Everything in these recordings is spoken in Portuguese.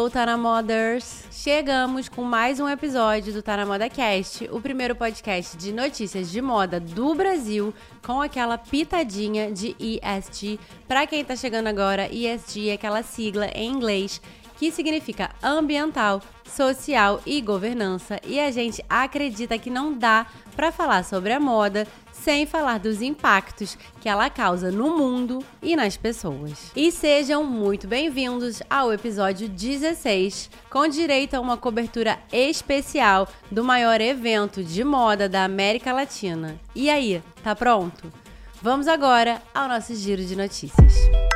Hello, Tá Na Moders! Chegamos com mais um episódio do Tá Na Moda Cast, o primeiro podcast de notícias de moda do Brasil, com aquela pitadinha de ESG. Pra quem tá chegando agora, ESG é aquela sigla em inglês que significa ambiental, social e governança, e a gente acredita que não dá pra falar sobre a moda sem falar dos impactos que ela causa no mundo e nas pessoas. E sejam muito bem-vindos ao episódio 16, com direito a uma cobertura especial do maior evento de moda da América Latina. E aí, tá pronto? Vamos agora ao nosso giro de notícias.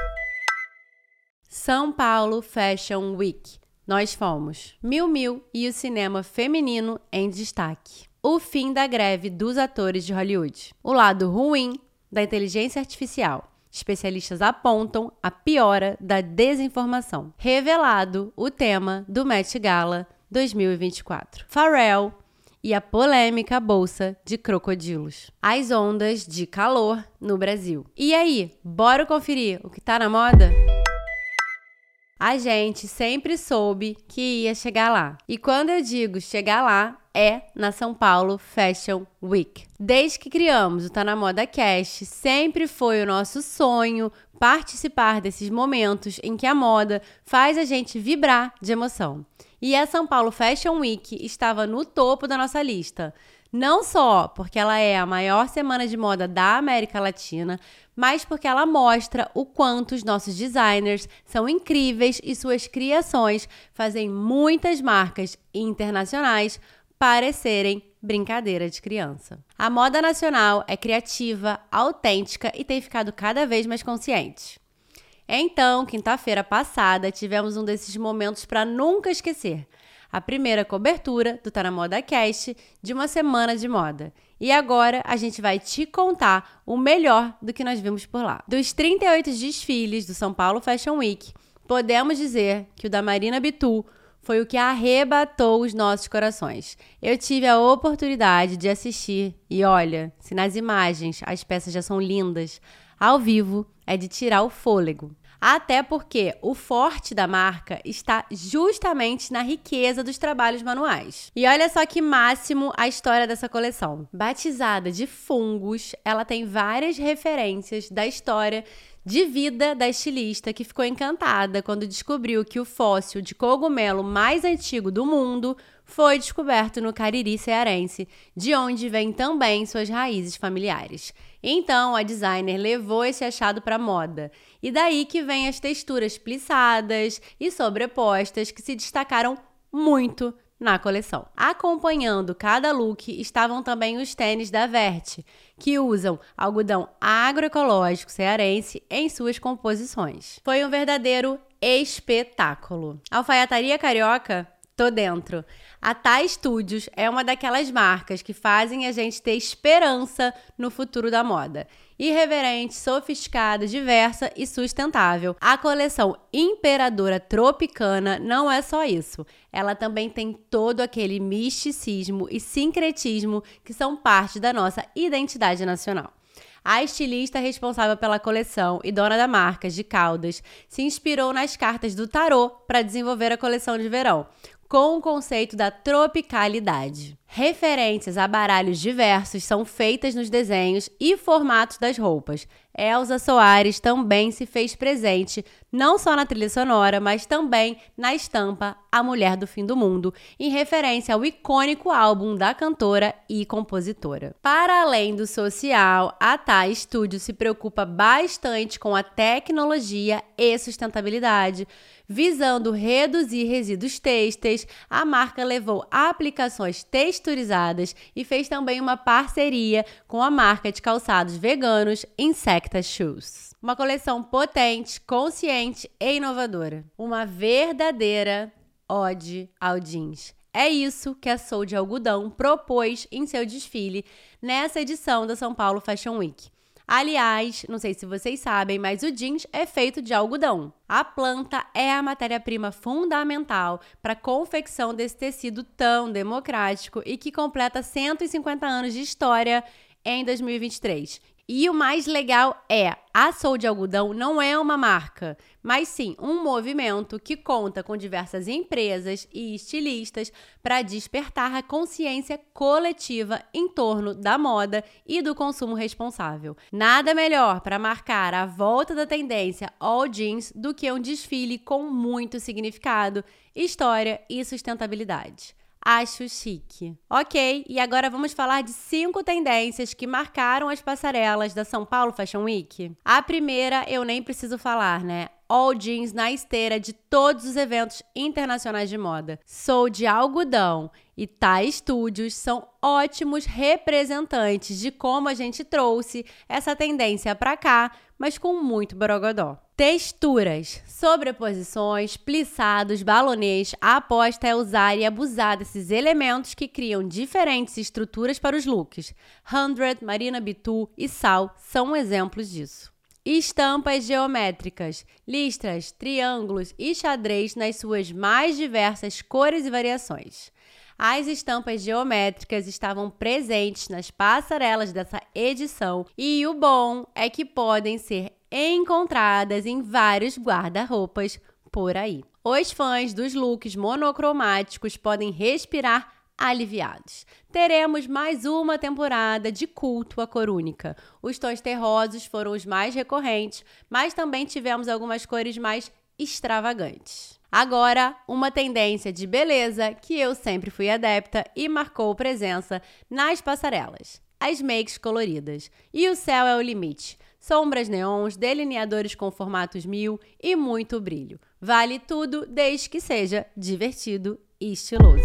São Paulo Fashion Week. Nós fomos. Miu Miu e o cinema feminino em destaque. O fim da greve dos atores de Hollywood. O lado ruim da inteligência artificial. Especialistas apontam a piora da desinformação. Revelado o tema do Met Gala 2024. Pharrell e a polêmica bolsa de crocodilos. As ondas de calor no Brasil. E aí, bora conferir o que tá na moda? A gente sempre soube que ia chegar lá. E quando eu digo chegar lá, é na São Paulo Fashion Week. Desde que criamos o Tá Na Moda Cast, sempre foi o nosso sonho participar desses momentos em que a moda faz a gente vibrar de emoção. E a São Paulo Fashion Week estava no topo da nossa lista. Não só porque ela é a maior semana de moda da América Latina, mas porque ela mostra o quanto os nossos designers são incríveis e suas criações fazem muitas marcas internacionais parecerem brincadeira de criança. A moda nacional é criativa, autêntica e tem ficado cada vez mais consciente. Então, quinta-feira passada, tivemos um desses momentos para nunca esquecer. A primeira cobertura do Tá Na Moda Cast de uma semana de moda. E agora a gente vai te contar o melhor do que nós vimos por lá. Dos 38 desfiles do São Paulo Fashion Week, podemos dizer que o da Marina Bitu foi o que arrebatou os nossos corações. Eu tive a oportunidade de assistir e olha, se nas imagens as peças já são lindas, ao vivo é de tirar o fôlego. Até porque o forte da marca está justamente na riqueza dos trabalhos manuais. E olha só que máximo a história dessa coleção. Batizada de Fungos, ela tem várias referências da história de vida da estilista, que ficou encantada quando descobriu que o fóssil de cogumelo mais antigo do mundo foi descoberto no Cariri cearense, de onde vêm também suas raízes familiares. Então, a designer levou esse achado para moda. E daí que vem as texturas plissadas e sobrepostas que se destacaram muito na coleção. Acompanhando cada look estavam também os tênis da Verte, que usam algodão agroecológico cearense em suas composições. Foi um verdadeiro espetáculo. Alfaiataria carioca? Tô dentro. A Tá Studios é uma daquelas marcas que fazem a gente ter esperança no futuro da moda. Irreverente, sofisticada, diversa e sustentável. A coleção Imperadora Tropicana não é só isso. Ela também tem todo aquele misticismo e sincretismo que são parte da nossa identidade nacional. A estilista responsável pela coleção e dona da marca de Caldas se inspirou nas cartas do tarô para desenvolver a coleção de verão, com o conceito da tropicalidade. Referências a baralhos diversos são feitas nos desenhos e formatos das roupas. Elza Soares também se fez presente, não só na trilha sonora, mas também na estampa A Mulher do Fim do Mundo, em referência ao icônico álbum da cantora e compositora. Para além do social, a Tá Studio se preocupa bastante com a tecnologia e sustentabilidade. Visando reduzir resíduos têxteis, a marca levou aplicações texturizadas e fez também uma parceria com a marca de calçados veganos Insecta Shoes. Uma coleção potente, consciente e inovadora. Uma verdadeira ode ao jeans. É isso que a Soul de Algodão propôs em seu desfile nessa edição da São Paulo Fashion Week. Aliás, não sei se vocês sabem, mas o jeans é feito de algodão. A planta é a matéria-prima fundamental para a confecção desse tecido tão democrático e que completa 150 anos de história em 2023. E o mais legal é, a Sou de Algodão não é uma marca, mas sim um movimento que conta com diversas empresas e estilistas para despertar a consciência coletiva em torno da moda e do consumo responsável. Nada melhor para marcar a volta da tendência all jeans do que um desfile com muito significado, história e sustentabilidade. Acho chique. Ok, e agora vamos falar de 5 tendências que marcaram as passarelas da São Paulo Fashion Week. A primeira eu nem preciso falar, né? All jeans na esteira de todos os eventos internacionais de moda. Sou de Algodão e Thai Studios são ótimos representantes de como a gente trouxe essa tendência pra cá, mas com muito borogodó. Texturas, sobreposições, plissados, balonês, a aposta é usar e abusar desses elementos que criam diferentes estruturas para os looks. 100, Marina Bitu e Sal são exemplos disso. Estampas geométricas, listras, triângulos e xadrez nas suas mais diversas cores e variações. As estampas geométricas estavam presentes nas passarelas dessa edição e o bom é que podem ser encontradas em vários guarda-roupas por aí. Os fãs dos looks monocromáticos podem respirar aliviados. Teremos mais uma temporada de culto à cor única. Os tons terrosos foram os mais recorrentes, mas também tivemos algumas cores mais extravagantes. Agora, uma tendência de beleza que eu sempre fui adepta e marcou presença nas passarelas. As makes coloridas. E o céu é o limite. Sombras neons, delineadores com formatos 1000 e muito brilho. Vale tudo desde que seja divertido e estiloso.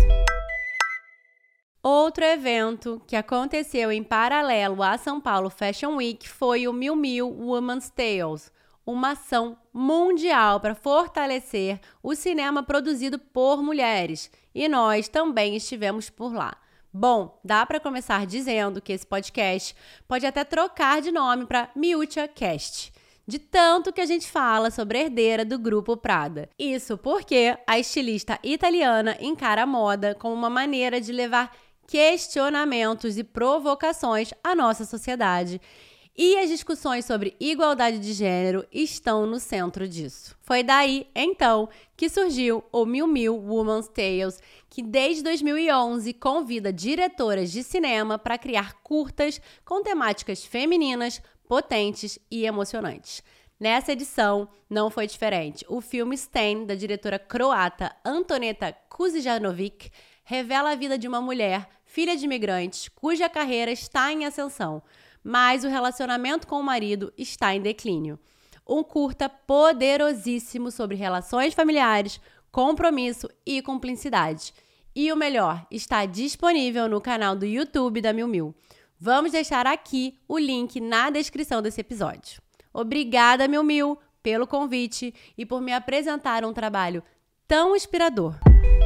Outro evento que aconteceu em paralelo à São Paulo Fashion Week foi o Miu Miu Women's Tales, uma ação mundial para fortalecer o cinema produzido por mulheres. E nós também estivemos por lá. Bom, dá para começar dizendo que esse podcast pode até trocar de nome para Miúcha Cast, de tanto que a gente fala sobre a herdeira do grupo Prada. Isso porque a estilista italiana encara a moda como uma maneira de levar questionamentos e provocações à nossa sociedade. E as discussões sobre igualdade de gênero estão no centro disso. Foi daí, então, que surgiu o Miu Miu Women's Tales, que desde 2011 convida diretoras de cinema para criar curtas com temáticas femininas, potentes e emocionantes. Nessa edição, não foi diferente. O filme Stain, da diretora croata Antoneta Kuzijanovic, revela a vida de uma mulher, filha de imigrantes, cuja carreira está em ascensão, mas o relacionamento com o marido está em declínio. Um curta poderosíssimo sobre relações familiares, compromisso e cumplicidade. E o melhor, está disponível no canal do YouTube da Miu Miu. Vamos deixar aqui o link na descrição desse episódio. Obrigada, Miu Miu, pelo convite e por me apresentar um trabalho tão inspirador.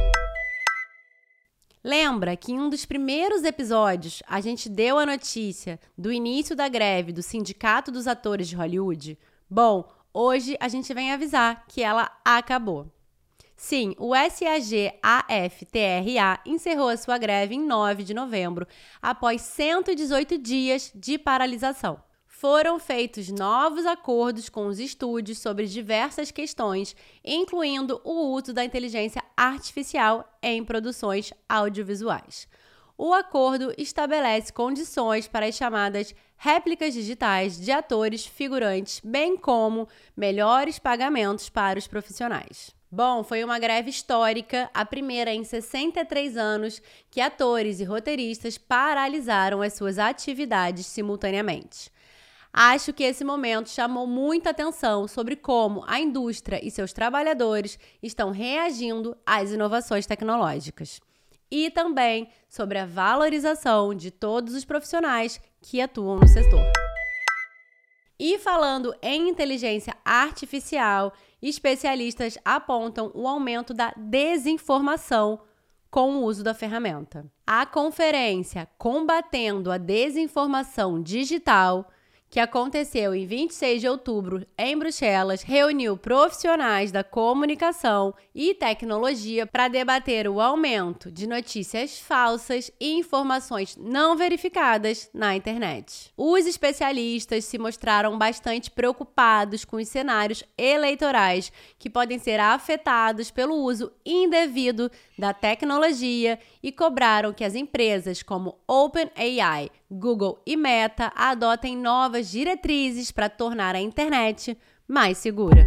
Lembra que em um dos primeiros episódios a gente deu a notícia do início da greve do Sindicato dos Atores de Hollywood? Bom, hoje a gente vem avisar que ela acabou. Sim, o SAG-AFTRA encerrou a sua greve em 9 de novembro, após 118 dias de paralisação. Foram feitos novos acordos com os estúdios sobre diversas questões, incluindo o uso da inteligência artificial em produções audiovisuais. O acordo estabelece condições para as chamadas réplicas digitais de atores figurantes, bem como melhores pagamentos para os profissionais. Bom, foi uma greve histórica, a primeira em 63 anos, que atores e roteiristas paralisaram as suas atividades simultaneamente. Acho que esse momento chamou muita atenção sobre como a indústria e seus trabalhadores estão reagindo às inovações tecnológicas. E também sobre a valorização de todos os profissionais que atuam no setor. E falando em inteligência artificial, especialistas apontam o aumento da desinformação com o uso da ferramenta. A conferência Combatendo a Desinformação Digital, que aconteceu em 26 de outubro em Bruxelas, reuniu profissionais da comunicação e tecnologia para debater o aumento de notícias falsas e informações não verificadas na internet. Os especialistas se mostraram bastante preocupados com os cenários eleitorais que podem ser afetados pelo uso indevido da tecnologia e cobraram que as empresas como OpenAI, Google e Meta adotem novas diretrizes para tornar a internet mais segura.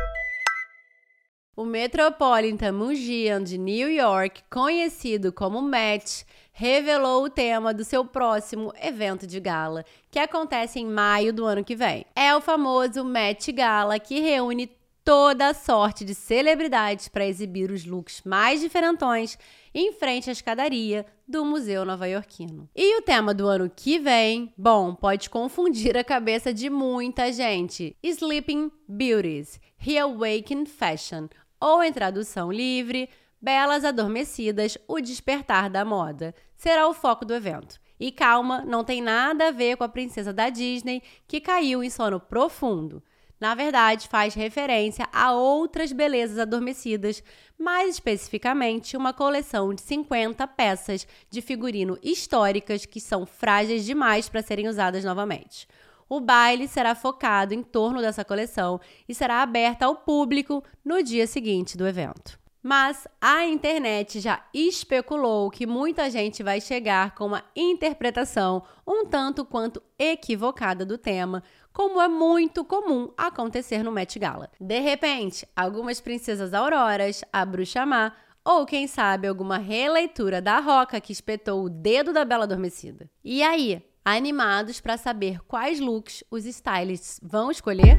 O Metropolitan Museum de New York, conhecido como MET, revelou o tema do seu próximo evento de gala, que acontece em maio do ano que vem. É o famoso Met Gala, que reúne toda a sorte de celebridades para exibir os looks mais diferentões em frente à escadaria do Museu Nova-Iorquino. E o tema do ano que vem, bom, pode confundir a cabeça de muita gente. Sleeping Beauties, Reawaken Fashion, ou em tradução livre, Belas Adormecidas, o Despertar da Moda, será o foco do evento. E calma, não tem nada a ver com a princesa da Disney que caiu em sono profundo. Na verdade, faz referência a outras belezas adormecidas, mais especificamente uma coleção de 50 peças de figurino históricas que são frágeis demais para serem usadas novamente. O baile será focado em torno dessa coleção e será aberta ao público no dia seguinte do evento. Mas a internet já especulou que muita gente vai chegar com uma interpretação um tanto quanto equivocada do tema, como é muito comum acontecer no Met Gala. De repente, algumas princesas auroras, a Bruxa Má, ou quem sabe alguma releitura da Roca que espetou o dedo da Bela Adormecida. E aí, animados para saber quais looks os stylists vão escolher?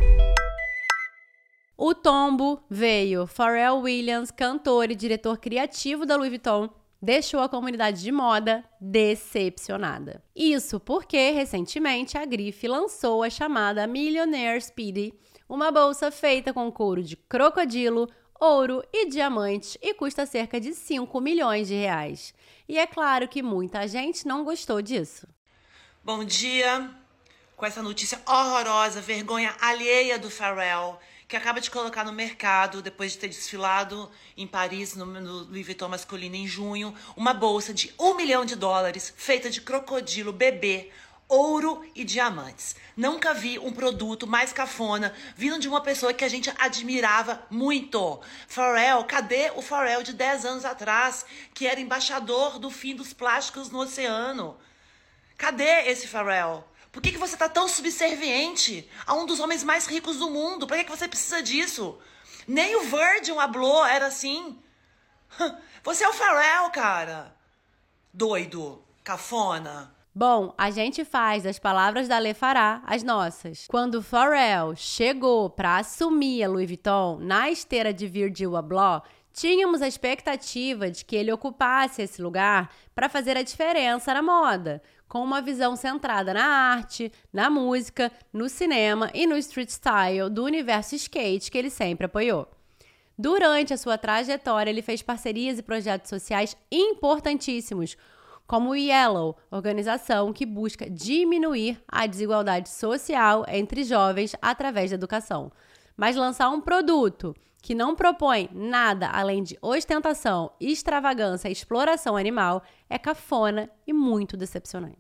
O tombo veio. Pharrell Williams, cantor e diretor criativo da Louis Vuitton, deixou a comunidade de moda decepcionada. Isso porque, recentemente, a grife lançou a chamada Millionaire Speedy, uma bolsa feita com couro de crocodilo, ouro e diamantes e custa cerca de 5 milhões de reais. E é claro que muita gente não gostou disso. Bom dia! Com essa notícia horrorosa, vergonha alheia do Pharrell, que acaba de colocar no mercado, depois de ter desfilado em Paris, no Louis Vuitton masculino em junho, uma bolsa de $1 milhão feita de crocodilo bebê, ouro e diamantes. Nunca vi um produto mais cafona vindo de uma pessoa que a gente admirava muito. Pharrell, cadê o Pharrell de 10 anos atrás, que era embaixador do fim dos plásticos no oceano? Cadê esse Pharrell? Por que você tá tão subserviente a um dos homens mais ricos do mundo? Pra que você precisa disso? Nem o Virgil Abloh era assim. Você é o Pharrell, cara. Doido, cafona. Bom, a gente faz das palavras da Lê Fará as nossas. Quando Pharrell chegou para assumir a Louis Vuitton na esteira de Virgil Abloh, tínhamos a expectativa de que ele ocupasse esse lugar para fazer a diferença na moda, com uma visão centrada na arte, na música, no cinema e no street style do universo skate que ele sempre apoiou. Durante a sua trajetória, ele fez parcerias e projetos sociais importantíssimos, como o Yellow, organização que busca diminuir a desigualdade social entre jovens através da educação. Mas lançar um produto que não propõe nada além de ostentação, extravagância e exploração animal é cafona e muito decepcionante.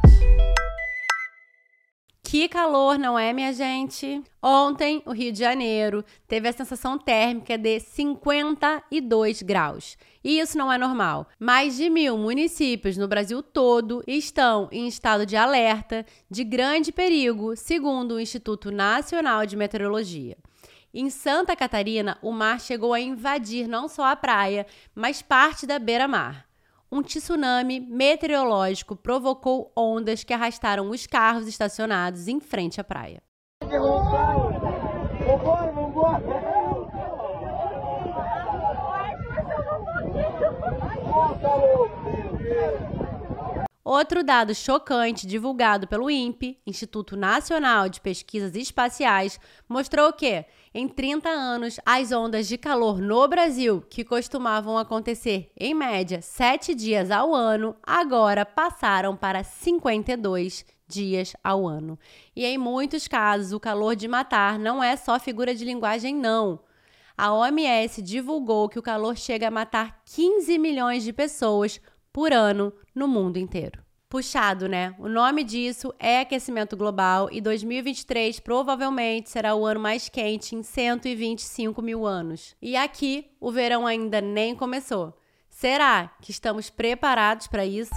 Que calor, não é, minha gente? Ontem, o Rio de Janeiro teve a sensação térmica de 52 graus. E isso não é normal. Mais de 1.000 municípios no Brasil todo estão em estado de alerta de grande perigo, segundo o Instituto Nacional de Meteorologia. Em Santa Catarina, o mar chegou a invadir não só a praia, mas parte da beira-mar. Um tsunami meteorológico provocou ondas que arrastaram os carros estacionados em frente à praia. Outro dado chocante divulgado pelo INPE, Instituto Nacional de Pesquisas Espaciais, mostrou que, em 30 anos, as ondas de calor no Brasil, que costumavam acontecer, em média, 7 dias ao ano, agora passaram para 52 dias ao ano. E em muitos casos, o calor de matar não é só figura de linguagem, não. A OMS divulgou que o calor chega a matar 15 milhões de pessoas por ano no mundo inteiro. Puxado, né? O nome disso é aquecimento global e 2023 provavelmente será o ano mais quente em 125 mil anos. E aqui, o verão ainda nem começou. Será que estamos preparados para isso?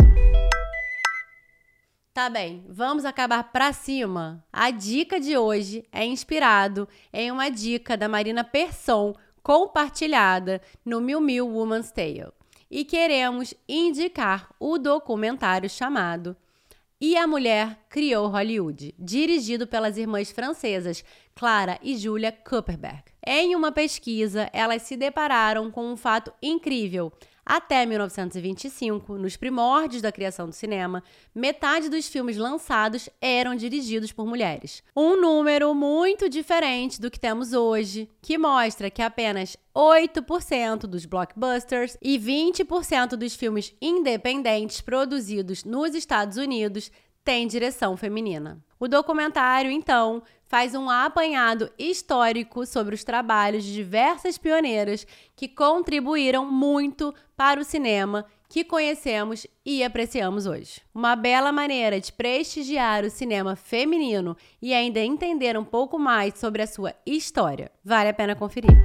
Tá bem, vamos acabar pra cima? A dica de hoje é inspirado em uma dica da Marina Persson compartilhada no Miu Miu Woman's Tale. E queremos indicar o documentário chamado E a Mulher Criou Hollywood, dirigido pelas irmãs francesas Clara e Julia Kupperberg. Em uma pesquisa, elas se depararam com um fato incrível. Até 1925, nos primórdios da criação do cinema, metade dos filmes lançados eram dirigidos por mulheres. Um número muito diferente do que temos hoje, que mostra que apenas 8% dos blockbusters e 20% dos filmes independentes produzidos nos Estados Unidos têm direção feminina. O documentário, então, faz um apanhado histórico sobre os trabalhos de diversas pioneiras que contribuíram muito para o cinema que conhecemos e apreciamos hoje. Uma bela maneira de prestigiar o cinema feminino e ainda entender um pouco mais sobre a sua história. Vale a pena conferir.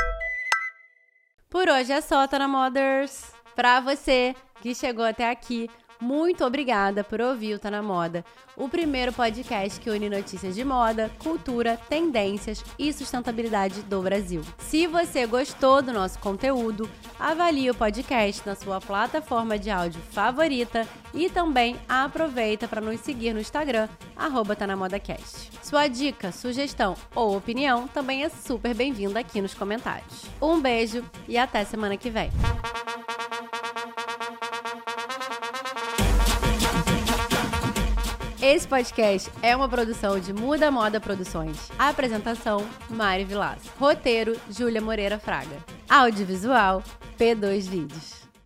Por hoje é só, Tana Mothers. Para você que chegou até aqui, muito obrigada por ouvir o Tá Na Moda, o primeiro podcast que une notícias de moda, cultura, tendências e sustentabilidade do Brasil. Se você gostou do nosso conteúdo, avalie o podcast na sua plataforma de áudio favorita e também aproveita para nos seguir no Instagram, @tanamodacast. Sua dica, sugestão ou opinião também é super bem-vinda aqui nos comentários. Um beijo e até semana que vem. Esse podcast é uma produção de Muda Moda Produções. Apresentação, Mari Vilaça. Roteiro, Júlia Moreira Fraga. Audiovisual, P2 Vídeos.